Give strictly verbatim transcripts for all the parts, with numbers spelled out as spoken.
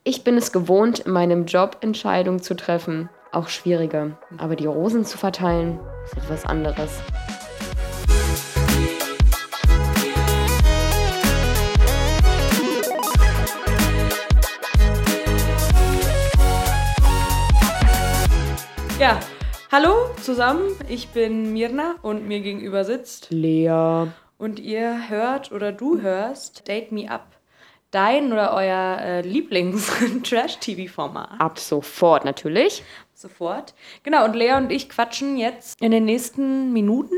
Ich bin es gewohnt, in meinem Job Entscheidungen zu treffen. Auch schwierige. Aber die Rosen zu verteilen, ist etwas anderes. Ja, hallo zusammen, ich bin Mirna und mir gegenüber sitzt Lea. Und ihr hört oder du hörst Date Me Up, dein oder euer äh, Lieblings-Trash-T V-Format. Ab sofort natürlich. Sofort. Genau, und Lea und ich quatschen jetzt in den nächsten Minuten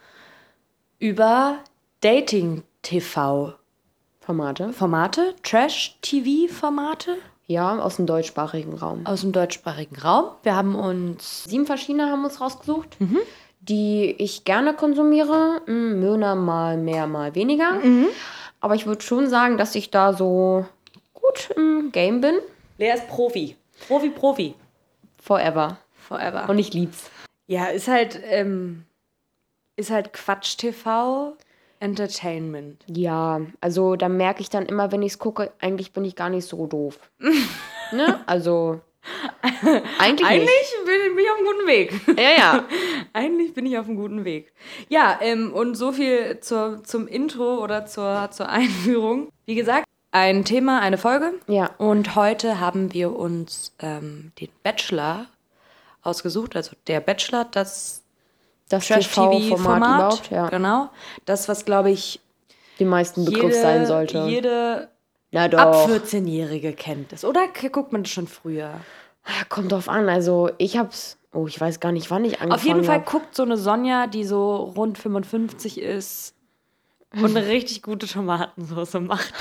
über Dating-T V. Formate. Formate, Trash-T V-Formate. Ja, aus dem deutschsprachigen Raum. Aus dem deutschsprachigen Raum. Wir haben uns... Sieben verschiedene haben uns rausgesucht, mhm. die ich gerne konsumiere. Möhner mal mehr, mal weniger. Mhm. Aber ich würde schon sagen, dass ich da so gut im Game bin. Lea ist Profi. Profi, Profi. Forever. Forever. Und ich lieb's. Ja, ist halt, ähm, ist halt Quatsch-T V, Entertainment. Ja, also da merke ich dann immer, wenn ich es gucke, eigentlich bin ich gar nicht so doof. Ne? Also, eigentlich Eigentlich nicht. bin, bin ich auf einem guten Weg. Ja, ja. Eigentlich bin ich auf einem guten Weg. Ja, ähm, und so viel zur, zum Intro oder zur, zur Einführung. Wie gesagt, ein Thema, eine Folge. Ja. Und heute haben wir uns ähm, den Bachelor ausgesucht. Also der Bachelor, das, das Trash-T V-Format überhaupt. Ja. Genau. Das, was, glaube ich, den meisten Begriff jede, sein sollte. Jede Na doch. ab vierzehnjährige kennt das. Oder guckt man das schon früher? Kommt drauf an. Also ich hab's... Oh, ich weiß gar nicht, wann ich angefangen habe. Auf jeden Fall hab. guckt so eine Sonja, die so rund fünfundfünfzig ist und eine richtig gute Tomatensauce macht.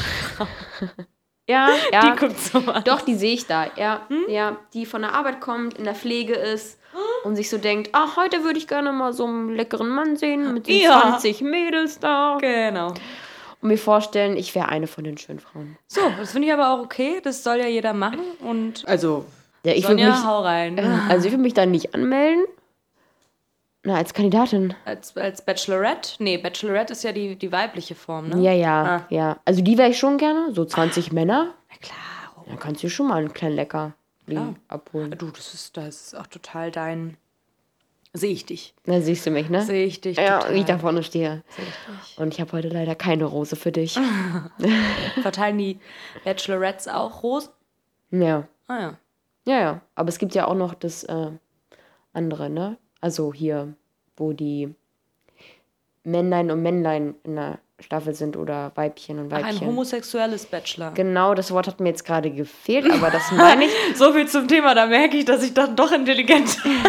Ja, ja. Die guckt so mal. Doch, die sehe ich da. Ja, hm? ja, die von der Arbeit kommt, in der Pflege ist hm? und sich so denkt, ach, heute würde ich gerne mal so einen leckeren Mann sehen mit den ja. zwanzig Mädels da. Genau. Und mir vorstellen, ich wäre eine von den schönen Frauen. So, das finde ich aber auch okay. Das soll ja jeder machen. Und also, ja, ich Sonja, mich, hau rein. Also ich will mich da nicht anmelden. Na, als Kandidatin. Als, als Bachelorette? Nee, Bachelorette ist ja die, die weibliche Form, ne? Ja, ja, ah. ja. Also die wäre ich schon gerne. So zwanzig ah. Männer. Na klar. Oh. Dann kannst du schon mal einen kleinen Lecker ja. abholen. Du, das ist, das ist auch total dein... Sehe ich dich. Na, siehst du mich, ne? Sehe ich dich ja, total. wie ich da vorne stehe. Sehe ich dich. Und ich habe heute leider keine Rose für dich. Verteilen die Bachelorettes auch Rosen? Ja. Ah ja. Ja, ja. Aber es gibt ja auch noch das äh, andere, ne? Also hier, wo die Männlein und Männlein in der Staffel sind oder Weibchen und Weibchen. Ach, ein homosexuelles Bachelor. Genau, das Wort hat mir jetzt gerade gefehlt, aber das meine ich. So viel zum Thema, da merke ich, dass ich dann doch intelligent bin.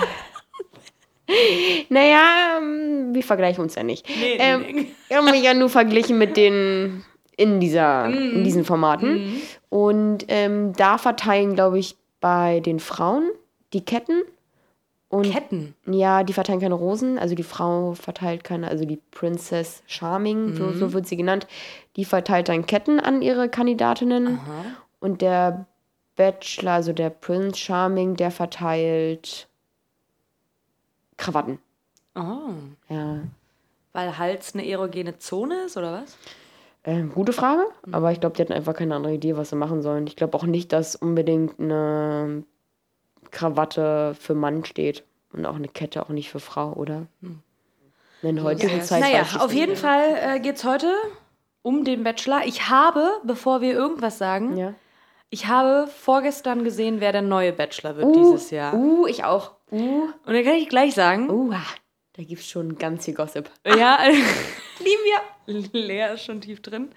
Naja, wir vergleichen uns ja nicht. Nee, ähm, nee. Wir haben mich ja nur verglichen mit den in dieser, mm. in diesen Formaten. Mm. Und ähm, da verteilen, glaube ich, bei den Frauen die Ketten. Und Ketten? Ja, die verteilen keine Rosen. Also die Frau verteilt keine, also die Princess Charming, mm. so, so wird sie genannt. Die verteilt dann Ketten an ihre Kandidatinnen. Aha. Und der Bachelor, also der Prince Charming, der verteilt Krawatten. Oh. Ja. Weil Hals eine erogene Zone ist, oder was? Ähm, gute Frage, mhm. aber ich glaube, die hatten einfach keine andere Idee, was sie machen sollen. Ich glaube auch nicht, dass unbedingt eine Krawatte für Mann steht und auch eine Kette auch nicht für Frau, oder? Mhm. In heutigen ja, Zeit. Naja, auf jeden Fall äh, geht es heute um den Bachelor. Ich habe, bevor wir irgendwas sagen, ja. ich habe vorgestern gesehen, wer der neue Bachelor wird uh, dieses Jahr. Uh, ich auch. Uh. Und dann kann ich gleich sagen. Uh, da gibt es schon ganz viel Gossip. Ja, lieben wir. Lea ist schon tief drin.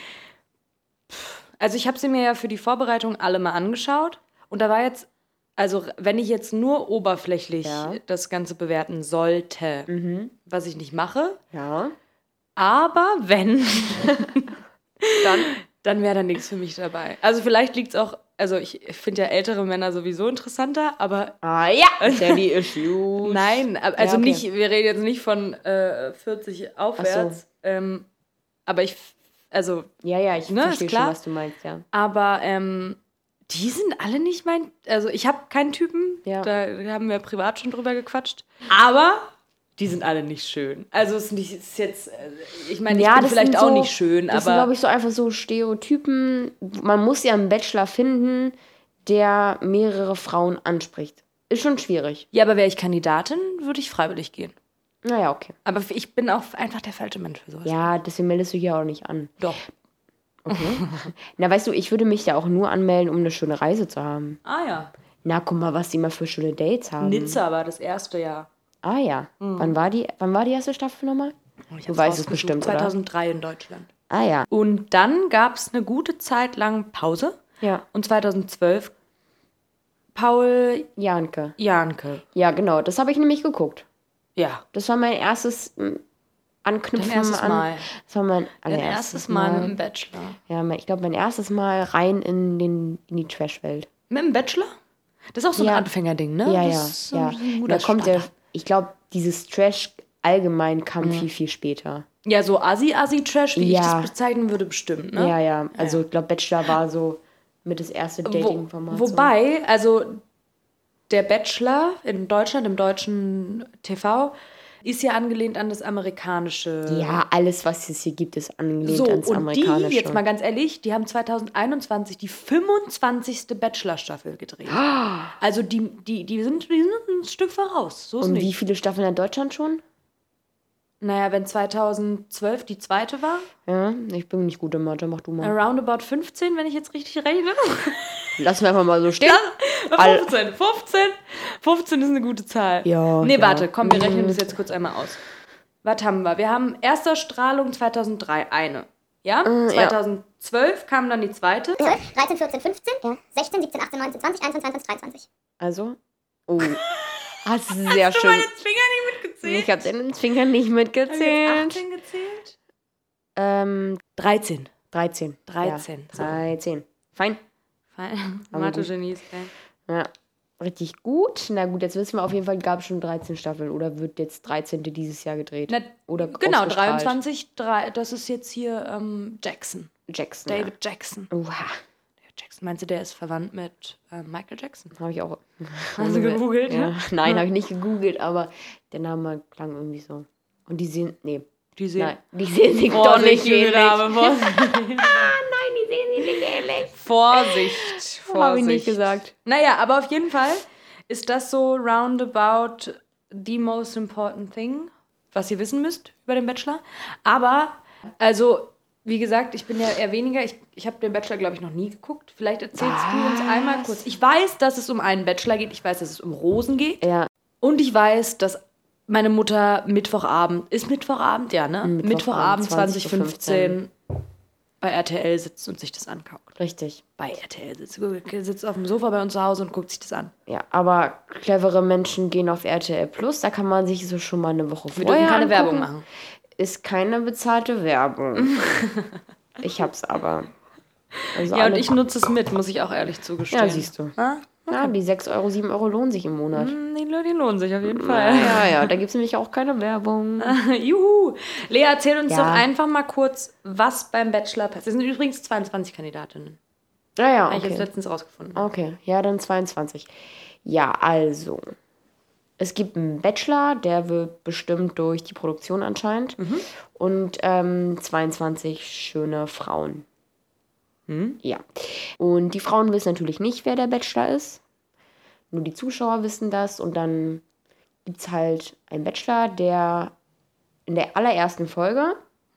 Also ich habe sie mir ja für die Vorbereitung alle mal angeschaut. Und da war jetzt, also wenn ich jetzt nur oberflächlich ja. das Ganze bewerten sollte, mhm. was ich nicht mache. Ja. Aber wenn, dann, dann wäre da nichts für mich dabei. Also vielleicht liegt es auch, also ich finde ja ältere Männer sowieso interessanter, aber... Ah ja, Daddy Issues. Nein, also ja, okay. nicht, wir reden jetzt nicht von äh, vierzig aufwärts. So. Ähm, aber ich, also... Ja, ja, ich ne, verstehe schon, was du meinst, ja. Aber ähm, die sind alle nicht mein... Also ich habe keinen Typen, ja. da haben wir privat schon drüber gequatscht. Aber Die sind alle nicht schön. Also es ist, nicht, es ist jetzt, ich meine, ich Ja, bin das vielleicht sind auch so- nicht schön, Das sind, aber glaube ich, so einfach so Stereotypen. Man muss ja einen Bachelor finden, der mehrere Frauen anspricht. Ist schon schwierig. ja, aber wäre ich Kandidatin, würde ich freiwillig gehen. Naja, okay. Aber ich bin auch einfach der falsche Mensch für sowas. Ja, deswegen meldest du hier auch nicht an. Doch. Okay. Na, weißt du, ich würde mich ja auch nur anmelden, um eine schöne Reise zu haben. Ah ja. Na, guck mal, was die mal für schöne Dates haben. Nizza war das erste Jahr. Ah ja. Wann war die, wann war die erste Staffel nochmal? Ich Du hab's weißt es rausgesucht, bestimmt, oder? zweitausenddrei in Deutschland. Ah ja. Und dann gab es eine gute Zeit lang Pause. Ja. Und zweitausendzwölf Paul Janke. Janke. Ja, genau. Das habe ich nämlich geguckt. Ja. Das war mein erstes m, Anknüpfen Dein erstes an. Mal. Das war mein Dein allererstes erstes Mal mit dem Bachelor. Ja, mein, ich glaube, mein erstes Mal rein in, den, in die Trash-Welt. Mit dem Bachelor? Das ist auch so ein Ja. Anfängerding, ne? Ja, das ja, ist so ja. ein guter Da kommt der, Starter. ich glaube, dieses Trash allgemein kam viel, viel später. Ja, so Assi-Assi-Trash, wie Ja. ich das bezeichnen würde, bestimmt, ne? Ja, ja. Also, ich glaube, Bachelor war so mit das erste Dating-Format. Wo, wobei, also der Bachelor in Deutschland, im deutschen T V, ist ja angelehnt an das amerikanische. so. Ja, alles, was es hier gibt, ist angelehnt So, ans und Amerikanische. die, jetzt mal ganz ehrlich, die haben zweitausendeinundzwanzig die fünfundzwanzigste Bachelor-Staffel gedreht. Also die, die, die, sind, die sind ein Stück voraus. So ist Und nicht. wie viele Staffeln hat Deutschland schon? Naja, wenn zweitausendzwölf die zweite war, Ja, ich bin nicht gut in Mathe, mach du mal. roundabout fünfzehn, wenn ich jetzt richtig rechne. Lassen wir einfach mal so stehen. All- fünfzehn, fünfzehn, fünfzehn ist eine gute Zahl. Ja, Nee, ja. warte, komm, wir rechnen das jetzt kurz einmal aus. Was haben wir? Wir haben erster Strahlung zweitausenddrei, eine. Ja? ja. zweitausendzwölf kam dann die zweite. zwölf, dreizehn, vierzehn, fünfzehn, sechzehn, siebzehn, achtzehn, neunzehn, zwanzig, einundzwanzig, zweiundzwanzig, dreiundzwanzig. Also, oh. Hast du sehr schön. Meine Finger nicht mitgezählt. Ich habe den Finger nicht mitgezählt. achtzehn gezählt? Ähm, dreizehn. dreizehn. dreizehn, Ja, so. dreizehn. Fein. Fein. Aber Mathe-Genies, ey. Ja, richtig gut. Na gut, jetzt wissen wir auf jeden Fall, gab es schon dreizehn Staffeln oder wird jetzt dreizehnte dieses Jahr gedreht? Na, Oder genau, ausgestrahlt? dreiundzwanzig, drei, das ist jetzt hier ähm, Jackson. Jackson. David Jackson. Ja. Uha, Der Jackson. Meinst du, der ist verwandt mit äh, Michael Jackson? habe ich auch. Hast du gegoogelt, Ja. ne? Nein, habe ich nicht gegoogelt, aber der Name klang irgendwie so. Und die sehen, nee, Die sehen. nein, die sehen sich doch Vorsicht, nicht junge ähnlich. Dame, Vorsicht. Nein, die sehen sich nicht ähnlich. Vorsicht, Vorsicht. Habe ich nicht gesagt. Naja, aber auf jeden Fall ist das so roundabout the most important thing, was ihr wissen müsst über den Bachelor. Aber, also, wie gesagt, ich bin ja eher weniger. Ich, ich habe den Bachelor, glaube ich, noch nie geguckt. Vielleicht erzählst du uns einmal kurz. Ich weiß, dass es um einen Bachelor geht. Ich weiß, dass es um Rosen geht. Ja, Und ich weiß, dass meine Mutter Mittwochabend, ist Mittwochabend? Ja, ne? Mittwochabend, Mittwochabend zwanzig zwanzig Uhr fünfzehn bei R T L sitzt und sich das anguckt. richtig. Bei R T L sitzt, sitzt auf dem Sofa bei uns zu Hause und guckt sich das an. Ja, aber clevere Menschen gehen auf R T L Plus. Da kann man sich so schon mal eine Woche Wir vorher dürfen keine angucken. Werbung machen. Ist keine bezahlte Werbung. Ich hab's aber. Also Ja, und alle- ich nutze es mit, muss ich auch ehrlich zugestehen. Ja, siehst du. Ah? Ja, die sechs Euro, sieben Euro lohnen sich im Monat. Hm, Die, die lohnen sich auf jeden Ja, Fall. ja, ja, da gibt's nämlich auch keine Werbung. Juhu. Lea, erzähl uns Ja. doch einfach mal kurz, was beim Bachelor passiert. Es sind übrigens zweiundzwanzig Kandidatinnen. Ja, ja, Habe ich jetzt okay. letztens rausgefunden. Okay, ja, dann zweiundzwanzig. Ja, also. Es gibt einen Bachelor, der wird bestimmt durch die Produktion anscheinend. Und ähm, zweiundzwanzig schöne Frauen. Ja. Und die Frauen wissen natürlich nicht, wer der Bachelor ist. Nur die Zuschauer wissen das. Und dann gibt es halt einen Bachelor, der in der allerersten Folge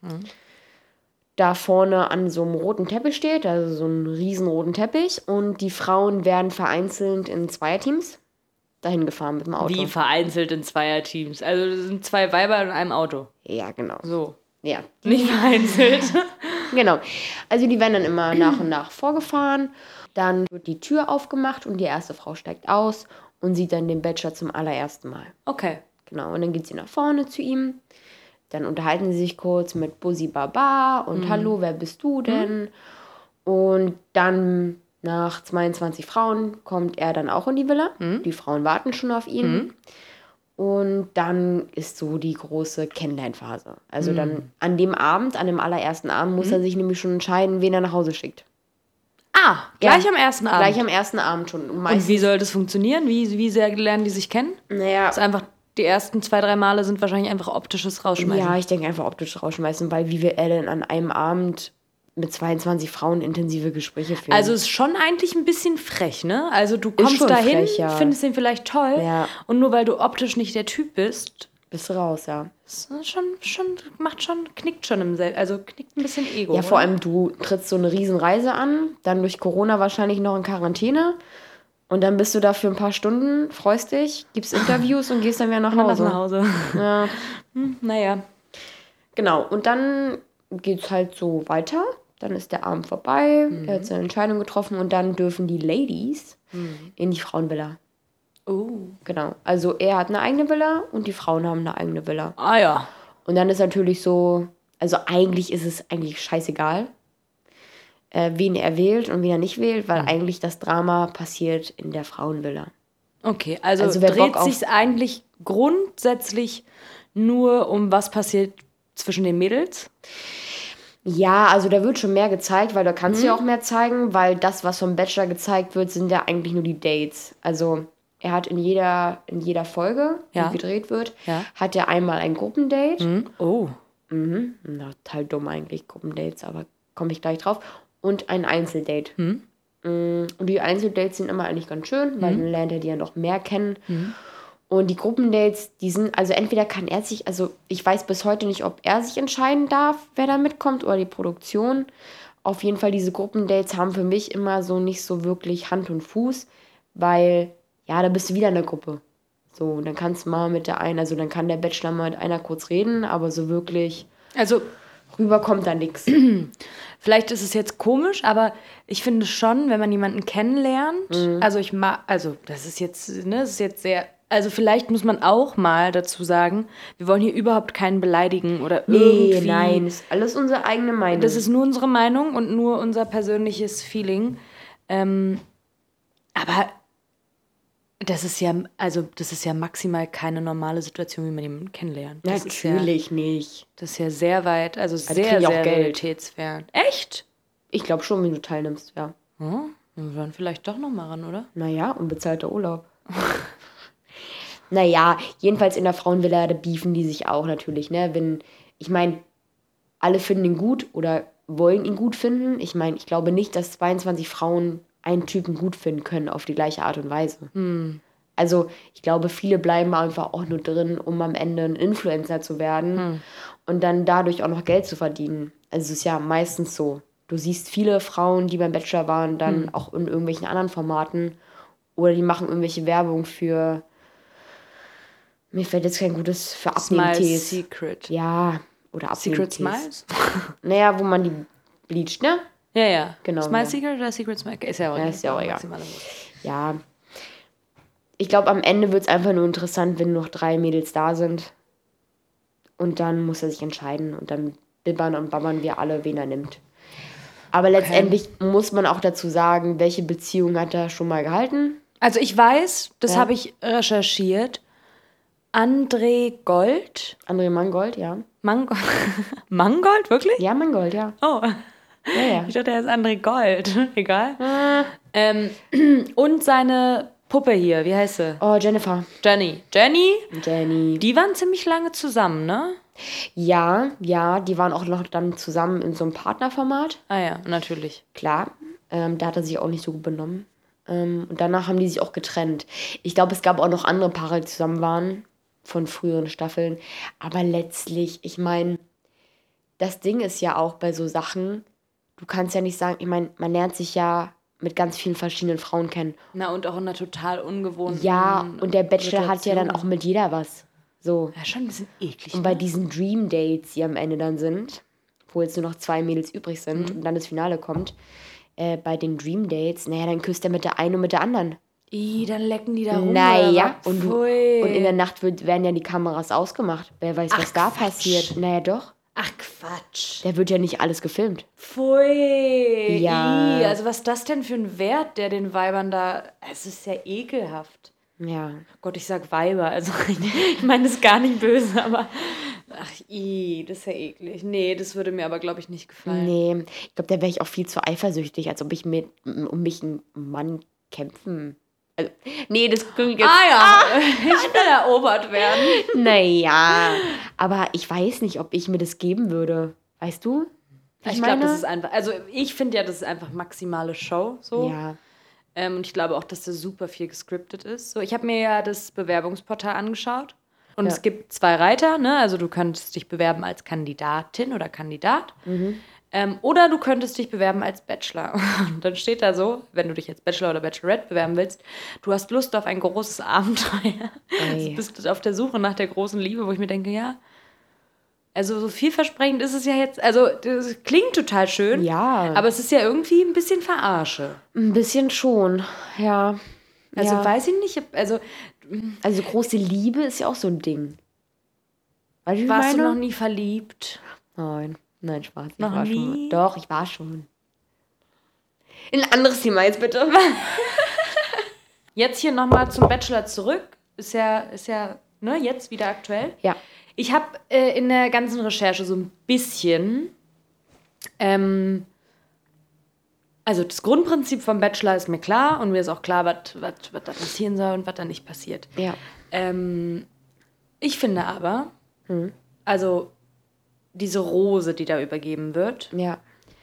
da vorne an so einem roten Teppich steht, also so einen riesen roten Teppich. Und die Frauen werden vereinzelt in Zweierteams dahin gefahren mit dem Auto. Wie vereinzelt in Zweierteams. Also das sind zwei Weiber in einem Auto. Ja, genau. So. Ja, Nicht vereinzelt. genau. Also die werden dann immer nach und nach vorgefahren. Dann wird die Tür aufgemacht und die erste Frau steigt aus und sieht dann den Bachelor zum allerersten Mal. Okay. Genau, und dann geht sie nach vorne zu ihm. Dann unterhalten sie sich kurz mit Bussi Baba und Hallo, wer bist du denn? Und dann nach zweiundzwanzig Frauen kommt er dann auch in die Villa. Die Frauen warten schon auf ihn. Und dann ist so die große Kennenlernphase. Also dann an dem Abend, an dem allerersten Abend, muss er sich nämlich schon entscheiden, wen er nach Hause schickt. Ah, gleich Ja, am ersten Abend. Gleich am ersten Abend schon. Und Und meistens, wie soll das funktionieren? Wie, wie sehr lernen die sich kennen? naja, Ist einfach die ersten zwei, drei Male sind wahrscheinlich einfach optisches Rausschmeißen. Ja, ich denke einfach optisch rausschmeißen, weil wie wir Ellen an einem Abend mit zweiundzwanzig Frauen intensive Gespräche führen. Also ist schon eigentlich ein bisschen frech, ne? Also du kommst schon dahin, frech, ja. findest ihn vielleicht toll Ja. und nur weil du optisch nicht der Typ bist, bist du raus, ja. ist schon, schon, macht schon, knickt schon im Sel also knickt ein bisschen Ego. Ja, vor oder? allem du trittst so eine Riesenreise an, dann durch Corona wahrscheinlich noch in Quarantäne und dann bist du da für ein paar Stunden, freust dich, gibst Interviews und gehst dann wieder nach Und dann Hause. nach Hause. Ja. Hm, naja. Genau, und dann geht's halt so weiter. Dann ist der Abend vorbei, Mhm. er hat seine Entscheidung getroffen und dann dürfen die Ladies Mhm. in die Frauenvilla. Oh. Genau, also er hat eine eigene Villa und die Frauen haben eine eigene Villa. Ah ja. Und dann ist natürlich so, also eigentlich ist es eigentlich scheißegal, äh, wen er wählt und wen er nicht wählt, weil eigentlich das Drama passiert in der Frauenvilla. Okay, also, Also wer dreht Bock auf- sich eigentlich grundsätzlich nur um was passiert zwischen den Mädels? Ja, also da wird schon mehr gezeigt, weil da kannst du ja auch mehr zeigen, weil das, was vom Bachelor gezeigt wird, sind ja eigentlich nur die Dates. Also er hat in jeder, in jeder Folge, Ja. die gedreht wird, Ja. hat er einmal ein Gruppendate. Hm? Oh. Mhm. Na, total dumm eigentlich, Gruppendates, aber komme ich gleich drauf. Und ein Einzeldate. Hm? Mm, Und die Einzeldates sind immer eigentlich ganz schön, weil dann lernt er die ja noch mehr kennen. Und die Gruppendates, die sind, also entweder kann er sich, also ich weiß bis heute nicht, ob er sich entscheiden darf, wer da mitkommt oder die Produktion. Auf jeden Fall, diese Gruppendates haben für mich immer so nicht so wirklich Hand und Fuß, weil, ja, da bist du wieder in der Gruppe. So, und dann kannst du mal mit der einen, also dann kann der Bachelor mal mit einer kurz reden, aber so wirklich Also rüber kommt da nichts. vielleicht ist es jetzt komisch, aber ich finde schon, wenn man jemanden kennenlernt, also ich mag, also das ist jetzt, ne, das ist jetzt sehr, also vielleicht muss man auch mal dazu sagen, wir wollen hier überhaupt keinen beleidigen oder Nee, irgendwie. nein, ist alles unsere eigene Meinung. Das ist nur unsere Meinung und nur unser persönliches Feeling. Ähm, aber das ist ja, also das ist ja maximal keine normale Situation, wie man jemanden kennenlernt. Das ist ja, Natürlich nicht. das ist ja sehr weit, also die sehr, kriegen ja auch sehr Geld. realitätsfern. Echt? Ich glaube schon, wenn du teilnimmst, ja. Hm? Wir werden vielleicht doch noch mal ran, oder? Naja, unbezahlter Urlaub. Naja, jedenfalls in der Frauenvilla, da beefen die sich auch natürlich, ne? Wenn, ich meine, alle finden ihn gut oder wollen ihn gut finden. Ich meine, ich glaube nicht, dass zweiundzwanzig Frauen einen Typen gut finden können auf die gleiche Art und Weise. Also, ich glaube, viele bleiben einfach auch nur drin, um am Ende ein Influencer zu werden und dann dadurch auch noch Geld zu verdienen. Also, es ist ja meistens so. Du siehst viele Frauen, die beim Bachelor waren, dann auch in irgendwelchen anderen Formaten oder die machen irgendwelche Werbung für, mir fällt jetzt kein gutes, für Smile Abnehmtees. Secret. Ja, oder Secret Abnehmtees. Smiles? Naja, wo man die bleacht, ne? Ja, ja. Genau, Smile ja. Secret oder Secret Smile? Ist ja auch, Ja, ist ja auch egal. maximale Wurst. Ja. Ich glaube, am Ende wird es einfach nur interessant, wenn noch drei Mädels da sind. Und dann muss er sich entscheiden. Und dann bibbern und babbern wir alle, wen er nimmt. Aber letztendlich muss man auch dazu sagen, welche Beziehung hat er schon mal gehalten. Also ich weiß, das Ja. habe ich recherchiert. André Gold. André Mangold, ja. Mangold? Mangold, wirklich? Ja, Mangold, ja. Oh, Ja, ja. ich dachte, er ist André Gold. Egal. Ähm, und seine Puppe hier, wie heißt sie? Oh, Jennifer. Jenny. Jenny? Jenny. Die waren ziemlich lange zusammen, ne? Ja, ja, die waren auch noch dann zusammen in so einem Partnerformat. Ah ja, natürlich. Klar, ähm, da hat er sich auch nicht so gut benommen. Ähm, und danach haben die sich auch getrennt. Ich glaube, es gab auch noch andere Paare, die zusammen waren von früheren Staffeln. Aber letztlich, ich meine, das Ding ist ja auch bei so Sachen, du kannst ja nicht sagen, ich meine, man lernt sich ja mit ganz vielen verschiedenen Frauen kennen. Na, und auch in einer total ungewohnten Ja, und der Bachelor hat ja dann Situation. auch mit jeder was. So. Ja, schon ein bisschen eklig. Und Ne? bei diesen Dream Dates, die am Ende dann sind, wo jetzt nur noch zwei Mädels übrig sind und dann das Finale kommt, äh, bei den Dream Dates, naja, dann küsst er mit der einen und mit der anderen. Ih, dann lecken die da rum. Naja, oder und, was? du, Pfui. und in der Nacht wird, werden ja die Kameras ausgemacht. Wer weiß, was Ach, da Quatsch. passiert. Naja, doch. Ach, Quatsch. Da wird ja nicht alles gefilmt. Pfui. Ja. Ih, also was ist das denn für ein Wert, der den Weibern da... Es ist ja ekelhaft. Ja. Gott, ich sag Weiber, also ich meine das ist gar nicht böse, aber... Ach, ih, das ist ja eklig. Nee, das würde mir aber, glaube ich, nicht gefallen. Nee, ich glaube, da wäre ich auch viel zu eifersüchtig, als ob ich mit, um mich einen Mann kämpfen Also, nee, das klingt jetzt... Ah ja, ich will erobert werden. Naja, aber ich weiß nicht, ob ich mir das geben würde. Weißt du? Ich, ich glaube, das ist einfach, also ich finde ja, das ist einfach maximale Show, so. Ja. Ähm, und ich glaube auch, dass das super viel gescriptet ist. So, ich habe mir ja das Bewerbungsportal angeschaut. Und ja. es gibt zwei Reiter, ne? Also du könntest dich bewerben als Kandidatin oder Kandidat. Mhm. Ähm, oder du könntest dich bewerben als Bachelor. Und dann steht da so, wenn du dich als Bachelor oder Bachelorette bewerben willst, du hast Lust auf ein großes Abenteuer. Also bist du auf der Suche nach der großen Liebe, wo ich mir denke, ja, also so vielversprechend ist es ja jetzt, also das klingt total schön, ja. aber es ist ja irgendwie ein bisschen Verarsche. Ein bisschen schon, ja. Also ja. weiß ich nicht, also... Also große Liebe ist ja auch so ein Ding. Weißt du, Warst meine? du noch nie verliebt? Nein, nein, Spaß. Ich Noch war nie? Schon, doch, ich war schon. In ein anderes Thema jetzt bitte. Jetzt hier nochmal zum Bachelor zurück. Ist ja, ist ja ne, jetzt wieder aktuell. Ja. Ich habe äh, in der ganzen Recherche so ein bisschen... Ähm, also das Grundprinzip vom Bachelor ist mir klar und mir ist auch klar, was da passieren soll und was da nicht passiert. Ja. Ähm, ich finde aber, hm. also diese Rose, die da übergeben wird, ja.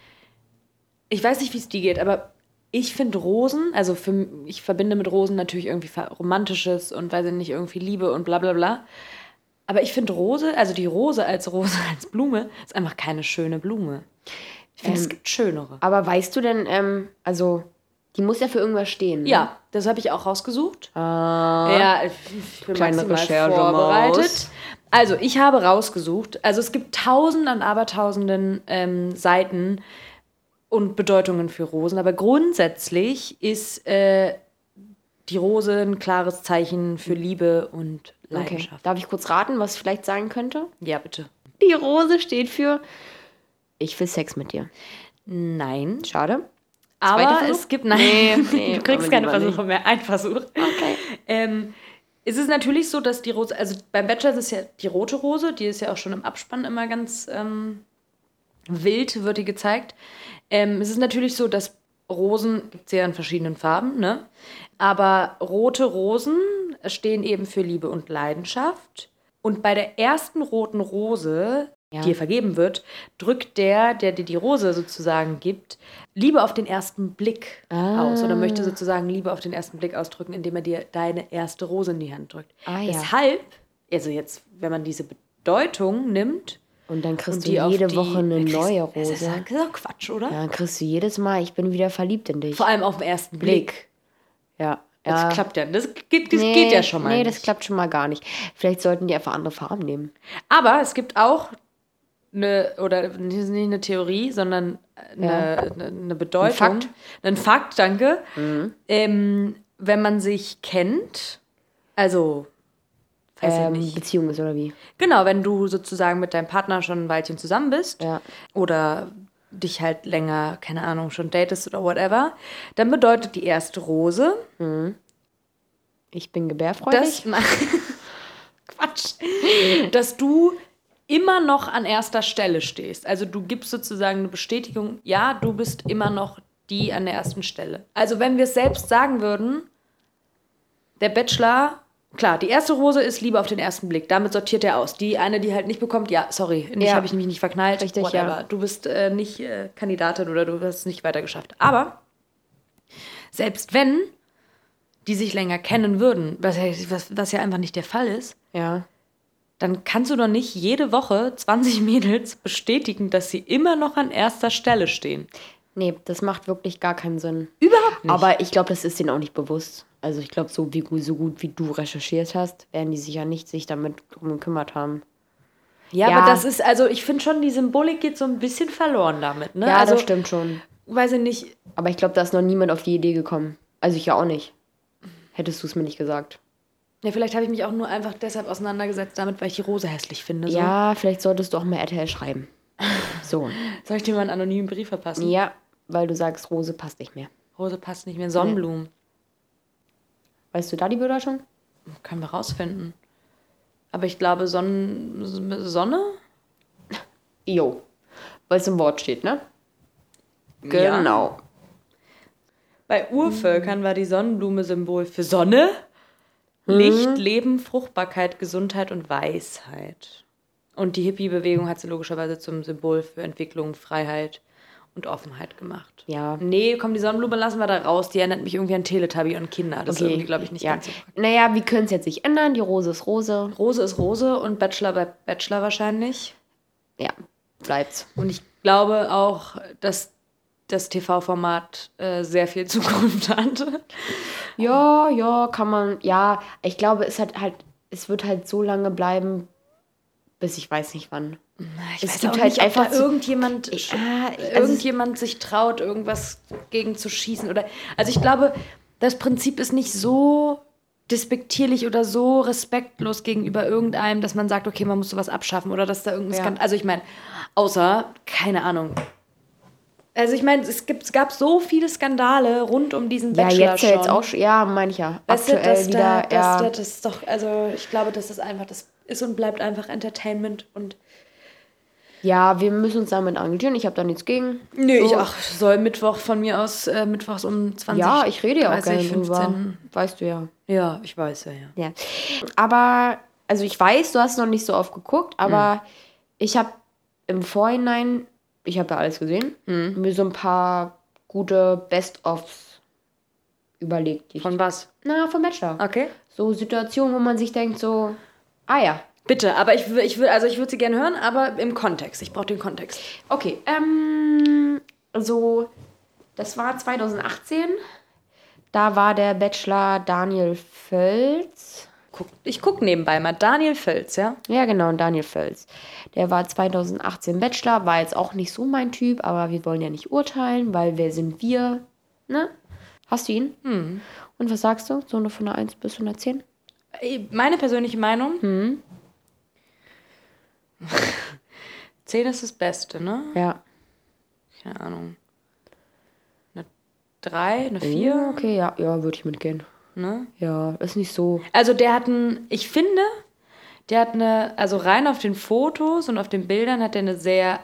ich weiß nicht, wie es dir geht, aber ich finde Rosen, also für, ich verbinde mit Rosen natürlich irgendwie Romantisches und weiß ich nicht, irgendwie Liebe und bla bla bla. Aber ich finde Rose, also die Rose als Rose, als Blume, ist einfach keine schöne Blume. Ich finde, ähm, es gibt schönere. Aber weißt du denn, ähm, also, die muss ja für irgendwas stehen. Ne? Ja, das habe ich auch rausgesucht. Ah, ja, ich bin kleine maximal Recherche vorbereitet. Maus. Also, ich habe rausgesucht, also es gibt tausend an abertausenden ähm, Seiten und Bedeutungen für Rosen, aber grundsätzlich ist äh, die Rose ein klares Zeichen für Liebe und Leidenschaft. Okay. Darf ich kurz raten, was vielleicht sein könnte? Ja, bitte. Die Rose steht für ich will Sex mit dir. Nein. Schade. Aber es gibt... Nein, nee, nee, du kriegst keine Versuche nicht. mehr. Ein Versuch. Okay. Ähm, es ist natürlich so, dass die Rose... Also beim Bachelor ist es ja die rote Rose. Die ist ja auch schon im Abspann immer ganz ähm, wild, wird die gezeigt. Ähm, es ist natürlich so, dass Rosen gibt es ja in verschiedenen Farben, ne? Aber rote Rosen stehen eben für Liebe und Leidenschaft. Und bei der ersten roten Rose... Ja. die dir vergeben wird, drückt der, der dir die Rose sozusagen gibt, Liebe auf den ersten Blick ah. aus. Oder möchte sozusagen Liebe auf den ersten Blick ausdrücken, indem er dir deine erste Rose in die Hand drückt. Ah, ja. Deshalb, also jetzt, wenn man diese Bedeutung nimmt... Und dann kriegst und du jede die, Woche eine kriegst, neue Rose. Das ist ja Quatsch, oder? Ja, dann kriegst du jedes Mal, ich bin wieder verliebt in dich. Vor allem auf den ersten Blick. Blick. Ja. Das ja. klappt ja. Das, geht, das nee, geht ja schon mal Nee, nicht. das klappt schon mal gar nicht. Vielleicht sollten die einfach andere Farben nehmen. Aber es gibt auch... Eine, oder nicht eine Theorie, sondern eine, ja. eine, eine Bedeutung. Ein Fakt. Ein Fakt, danke. Mhm. Ähm, wenn man sich kennt, also, weiß ähm, ich nicht. Beziehung ist, oder wie? Genau, wenn du sozusagen mit deinem Partner schon ein Weilchen zusammen bist ja. oder dich halt länger, keine Ahnung, schon datest oder whatever, dann bedeutet die erste Rose. Mhm. Ich bin gebärfreudig. Das, Quatsch. Dass du immer noch an erster Stelle stehst. Also du gibst sozusagen eine Bestätigung, ja, du bist immer noch die an der ersten Stelle. Also wenn wir es selbst sagen würden, der Bachelor, klar, die erste Rose ist Liebe auf den ersten Blick. Damit sortiert er aus. Die eine, die halt nicht bekommt, ja, sorry, in dich ja. habe ich mich nicht verknallt. Richtig, whatever. ja. Du bist äh, nicht äh, Kandidatin oder du hast es nicht weitergeschafft. Aber selbst wenn die sich länger kennen würden, was ja, was, was ja einfach nicht der Fall ist, ja. dann kannst du doch nicht jede Woche zwanzig Mädels bestätigen, dass sie immer noch an erster Stelle stehen. Nee, das macht wirklich gar keinen Sinn. Überhaupt nicht. Aber ich glaube, das ist denen auch nicht bewusst. Also ich glaube, so, wie, so gut wie du recherchiert hast, werden die sich ja nicht sich damit drum gekümmert haben. Ja, ja. aber das ist, also ich finde schon, die Symbolik geht so ein bisschen verloren damit. Ne? Ja, also, das stimmt schon. Weiß ich nicht. Aber ich glaube, da ist noch niemand auf die Idee gekommen. Also ich ja auch nicht. Hättest du es mir nicht gesagt. Ja, vielleicht habe ich mich auch nur einfach deshalb auseinandergesetzt damit, weil ich die Rose hässlich finde. So. Ja, vielleicht solltest du auch mal R T L schreiben. So. Soll ich dir mal einen anonymen Brief verpassen? Ja, weil du sagst, Rose passt nicht mehr. Rose passt nicht mehr. Sonnenblumen. Weißt du da die Bedeutung? Können wir rausfinden. Aber ich glaube, Sonnen... Sonne? Jo. Weil es im Wort steht, ne? Genau. Ja. Bei Urvölkern war die Sonnenblume Symbol für Sonne, Licht, Leben, Fruchtbarkeit, Gesundheit und Weisheit. Und die Hippie-Bewegung hat sie logischerweise zum Symbol für Entwicklung, Freiheit und Offenheit gemacht. Ja. Nee, komm, die Sonnenblume lassen wir da raus. Die erinnert mich irgendwie an Teletubby und Kinder. Das ist irgendwie, glaube ich, nicht ja. ganz so. Naja, wir können es jetzt nicht ändern. Die Rose ist Rose. Rose ist Rose und Bachelor bleibt Bachelor wahrscheinlich. Ja, bleibt's. Und ich glaube auch, dass das T V-Format äh, sehr viel Zukunft hatte. Ja, ja, kann man. Ja, ich glaube, es hat halt, es wird halt so lange bleiben, bis ich weiß nicht wann. Ich es weiß gibt auch halt nicht, einfach ob da zu- irgendjemand, Ich- ah, also irgendjemand sich traut, irgendwas gegen zu schießen. Oder, also ich glaube, das Prinzip ist nicht so despektierlich oder so respektlos gegenüber irgendeinem, dass man sagt, okay, man muss sowas abschaffen oder dass da irgendein Ja. Skandal. Also ich meine, außer, keine Ahnung. Also ich meine, es, gibt, es gab so viele Skandale rund um diesen Ja, Bachelor jetzt ja schon. jetzt auch schon. Ja, meine ich ja. Weißt du, Aktuell dass wieder, da, dass ja. da, das ist doch, also ich glaube, dass das einfach, das ist und bleibt einfach Entertainment und Ja, wir müssen uns damit engagieren. Ich habe da nichts gegen. nö, So. ich ach, soll Mittwoch von mir aus, äh, mittwochs um zwanzig, Ja, ich rede ja auch dreißig, gerne drüber. fünfzehn. Weißt du ja. Ja, ich weiß ja, ja. Ja. Aber, also ich weiß, du hast noch nicht so oft geguckt, aber Hm. ich habe im Vorhinein, ich habe ja alles gesehen, Hm. mir so ein paar gute Best-ofs überlegt. Die ich, Von was? na, vom Bachelor. Okay. So Situationen, wo man sich denkt so, ah ja. Bitte, aber ich, wür- ich will, also ich würde sie gerne hören, aber im Kontext. Ich brauche den Kontext. Okay, ähm, so, das war zwanzig achtzehn. Da war der Bachelor Daniel Völz. Guck, ich gucke nebenbei mal. Daniel Völz, ja? Ja, genau, Daniel Völz. Der war zwanzig achtzehn Bachelor, war jetzt auch nicht so mein Typ, aber wir wollen ja nicht urteilen, weil wer sind wir, ne? Hast du ihn? Hm. Und was sagst du? So eine von der eins bis hundertzehn? Meine persönliche Meinung. Hm. zehn ist das Beste, ne? Ja. Keine Ahnung. Eine drei, eine Oh, vier, okay, ja, ja, würde ich mitgehen. ne? Ja, ist nicht so. Also der hat ein, ich finde, der hat eine, also rein auf den Fotos und auf den Bildern hat er eine sehr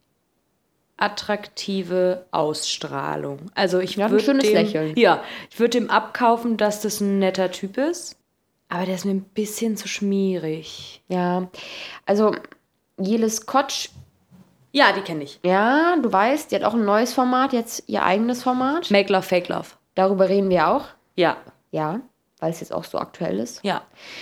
attraktive Ausstrahlung. Also ich Ja, ein würde schönes dem, Lächeln. Ja, ich würde dem abkaufen, dass das ein netter Typ ist, aber der ist mir ein bisschen zu schmierig. Ja, also Jelis Kotsch, Ja, die kenne ich. ja, du weißt, die hat auch ein neues Format, jetzt ihr eigenes Format. Make Love, Fake Love. Darüber reden wir auch. Ja, Ja, weil es jetzt auch so aktuell ist. ja.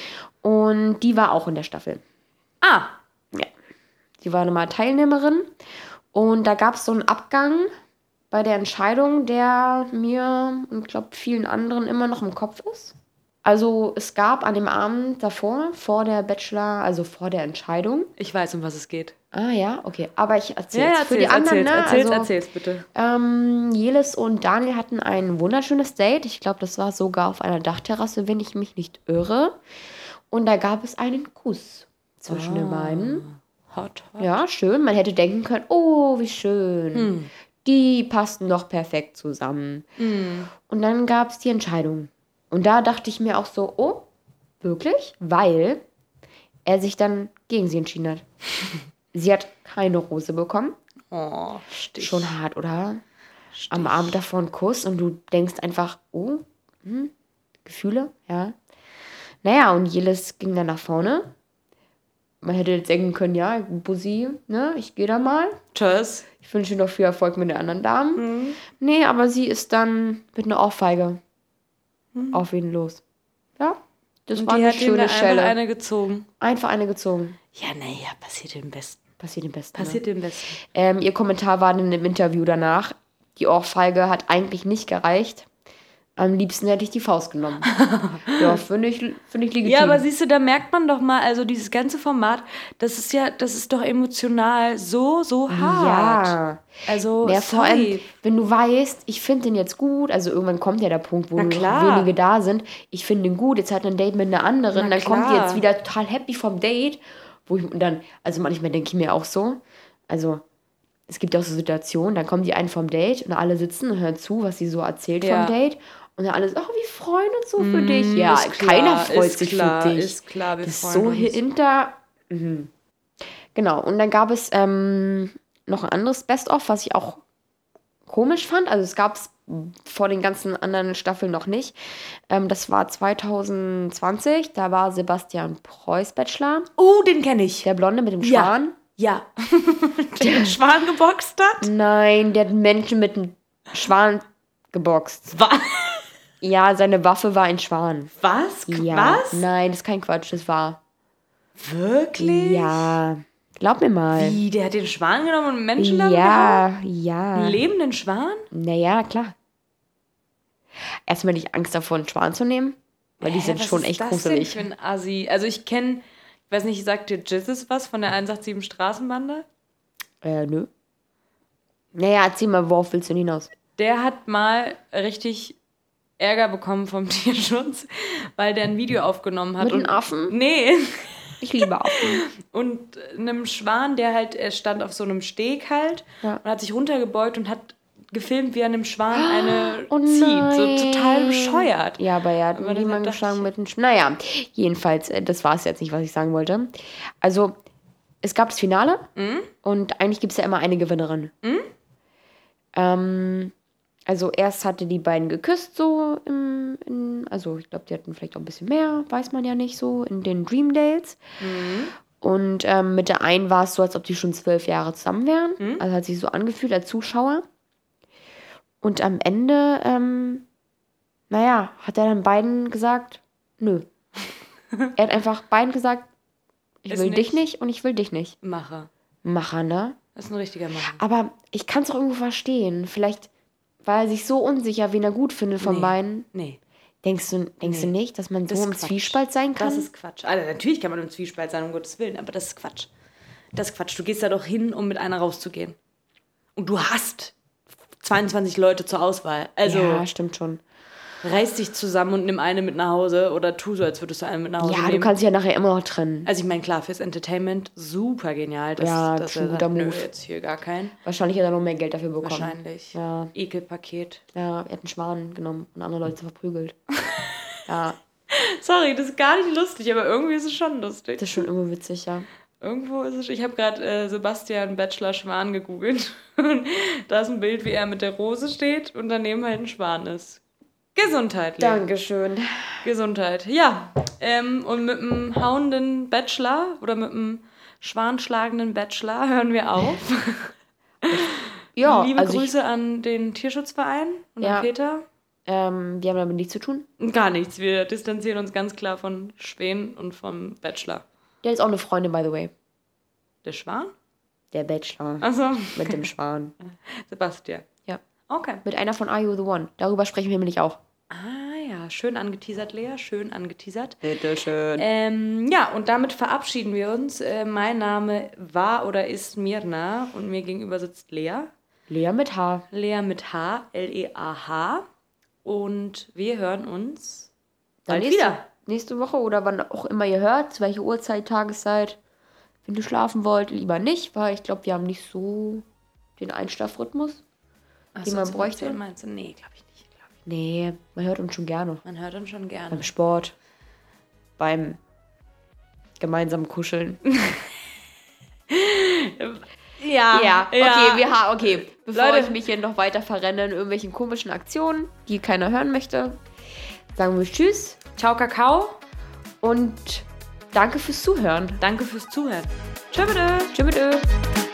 Und die war auch in der Staffel. Ah, Ja. Sie war mal Teilnehmerin. Und da gab es so einen Abgang bei der Entscheidung, der mir und ich glaube vielen anderen immer noch im Kopf ist. Also es gab an dem Abend davor, vor der Bachelor, also vor der Entscheidung. ich weiß, um was es geht. Ah ja, okay. Aber ich erzähle Ja, es ja, für die erzähl's, anderen. erzähl's, Ne? erzähl's, also, erzähl's bitte. Ähm, Jelis und Daniel hatten ein wunderschönes Date. Ich glaube, das war sogar auf einer Dachterrasse, wenn ich mich nicht irre. Und da gab es einen Kuss zwischen den beiden. Hot, hot. Ja, schön. Man hätte denken können, oh, wie schön. Die passten doch perfekt zusammen. Und dann gab es die Entscheidung. Und da dachte ich mir auch so, oh, wirklich? Weil er sich dann gegen sie entschieden hat. Sie hat keine Rose bekommen. Oh, Stich. Schon hart, oder? Am Abend davor ein Kuss und du denkst einfach, oh, hm, Gefühle, ja. Naja, und Jelis ging dann nach vorne. Man hätte jetzt denken können, ja, Bussi, ne, ich gehe da mal. Tschüss. Ich wünsche dir noch viel Erfolg mit den anderen Damen. Nee, aber sie ist dann mit einer Ohrfeige auf ihn los. Ja, das Und war die eine hat ihm schöne da einfach Schelle. eine gezogen. Einfach eine gezogen. Ja, naja, passiert dem Besten. Passiert im Besten. Passiert ne? dem Besten. Ähm, ihr Kommentar war dann im Interview danach, die Ohrfeige hat eigentlich nicht gereicht. Am liebsten hätte ich die Faust genommen. Ja, finde ich, find ich legitim. Ja, aber siehst du, da merkt man doch mal, also dieses ganze Format, das ist ja, das ist doch emotional so, so hart. Ja. Also, Ja, vor allem, sorry. wenn du weißt, ich finde den jetzt gut, also irgendwann kommt ja der Punkt, wo Na nur klar. noch wenige da sind, ich finde den gut, jetzt hat er ein Date mit einer anderen, Na dann kommt die klar. jetzt wieder total happy vom Date, wo ich und dann, also manchmal denke ich mir auch so, also es gibt auch so Situationen, dann kommen die einen vom Date und alle sitzen und hören zu, was sie so erzählt Ja. vom Date und dann alle so, ach, wir freuen uns so für dich. Ja, ist klar, keiner freut ist sich klar, für dich. ist klar, wir das ist freuen so uns. hinter. Mhm. Genau, und dann gab es ähm, noch ein anderes Best-of, was ich auch komisch fand. Also es gab es vor den ganzen anderen Staffeln noch nicht. Ähm, das war zwanzig zwanzig. Da war Sebastian Preuß Bachelor. Oh, den kenne ich. Der Blonde mit dem Ja. Schwan. Ja. Der den Schwan geboxt hat? Nein, der hat Menschen mit einem Schwan geboxt. Was? Ja, seine Waffe war ein Schwan. Was? Ja. Was? Nein, das ist kein Quatsch, das war. Wirklich? Ja. Glaub mir mal. Wie, der hat den Schwan genommen und einen Menschen damit Ja, gehauen? ja. Einen lebenden Schwan? Naja, klar. Erstmal nicht Angst davor, einen Schwan zu nehmen, weil die Hä, sind was schon ist echt das gruselig. denn für ein Assi? Also ich kenne, ich weiß nicht, sagt dir Jizzes was von der hundertsiebenundachtzig Straßenbande? Äh, nö. Naja, erzähl mal, worauf willst du denn hinaus? Der hat mal richtig Ärger bekommen vom Tierschutz, weil der ein Video aufgenommen hat. Mit und einem Affen? Nee. Ich liebe Affen. Und einem Schwan, der halt, er stand auf so einem Steg halt Ja. und hat sich runtergebeugt und hat gefilmt, wie er einem Schwan eine Oh zieht. So nein. total bescheuert. Ja, aber er hat Aber dann niemanden dachte geschlagen ich- mit einem Sch Naja, jedenfalls, äh, das war es jetzt nicht, was ich sagen wollte. Also, es gab das Finale und eigentlich gibt es ja immer eine Gewinnerin. Ähm, also, erst hatte die beiden geküsst, so im, in, also ich glaube, die hatten vielleicht auch ein bisschen mehr, weiß man ja nicht so, in den Dreamdales. Und ähm, mit der einen war es so, als ob die schon zwölf Jahre zusammen wären. Also hat sich so angefühlt als Zuschauer. Und am Ende, ähm, naja, hat er dann beiden gesagt, nö. Er hat einfach beiden gesagt, ich Ist will dich nicht. nicht und ich will dich nicht. Macher. Macher, ne? Das ist ein richtiger Macher. Aber ich kann es auch irgendwo verstehen. Vielleicht war er sich so unsicher, wen er gut findet von Nee. beiden. Nee. Denkst du, denkst du Nee. nicht, dass man so Das ist im Quatsch. Zwiespalt sein kann? Das ist Quatsch. Also natürlich kann man im Zwiespalt sein, um Gottes Willen, aber das ist Quatsch. Das ist Quatsch. Du gehst da doch hin, um mit einer rauszugehen. Und du hast zweiundzwanzig Leute zur Auswahl. Also ja, stimmt schon. reiß dich zusammen und nimm eine mit nach Hause oder tu so, als würdest du eine mit nach Hause Ja, nehmen. du kannst dich ja nachher immer noch trennen. Also ich meine, klar, fürs Entertainment super genial. Dass, Ja, dass schon er guter sagt, nö, Move. jetzt hier gar kein. Wahrscheinlich hat er noch mehr Geld dafür bekommen. Wahrscheinlich. Ja. Ekelpaket. Ja, er hat einen Schwan genommen und andere Leute verprügelt. Ja, Sorry, das ist gar nicht lustig, aber irgendwie ist es schon lustig. das ist schon immer witzig, ja. Irgendwo ist es. Ich habe gerade äh, Sebastian Bachelor Schwan gegoogelt. Und da ist ein Bild, wie er mit der Rose steht und daneben halt ein Schwan ist. Gesundheit, Lea. Dankeschön. Gesundheit. Ja. Ähm, und mit dem hauenden Bachelor oder mit dem schwanschlagenden Bachelor hören wir auf. Ja, Liebe also ich, Grüße an den Tierschutzverein und Ja. an Peter. ähm, wir haben damit nichts zu tun. Gar nichts. Wir distanzieren uns ganz klar von Schwän und vom Bachelor. Der ist auch eine Freundin, by the way. Der Schwan? Der Bachelor. Also Mit dem Schwan. Sebastian. Ja. Okay. Mit einer von Are You The One. Darüber sprechen wir nämlich auch. Ah ja, schön angeteasert, Lea, schön angeteasert. Bitteschön. Ähm, ja, und damit verabschieden wir uns. Äh, mein Name war oder ist Mirna und mir gegenüber sitzt Lea. Lea mit H. Lea mit H, L E A H. Und wir hören uns Dann bald nächste, wieder. nächste Woche oder wann auch immer ihr hört, zu welcher Uhrzeit, Tageszeit. Wenn du schlafen wollt, lieber nicht, weil ich glaube, wir haben nicht so den Einschlafrhythmus, Ach den so, man zum bräuchte. Erzählen meinst du? Nee, glaube ich nicht. Glaub ich. Nee, man hört uns schon gerne. Man hört uns schon gerne. Beim Sport, beim gemeinsamen Kuscheln. Ja, Ja, okay, wir ha okay. Bevor Leute. ich mich hier noch weiter verrenne in irgendwelchen komischen Aktionen, die keiner hören möchte, sagen wir Tschüss Ciao, Kakao. und danke fürs Zuhören. Danke fürs Zuhören. Tschö, bitte. Tschüss.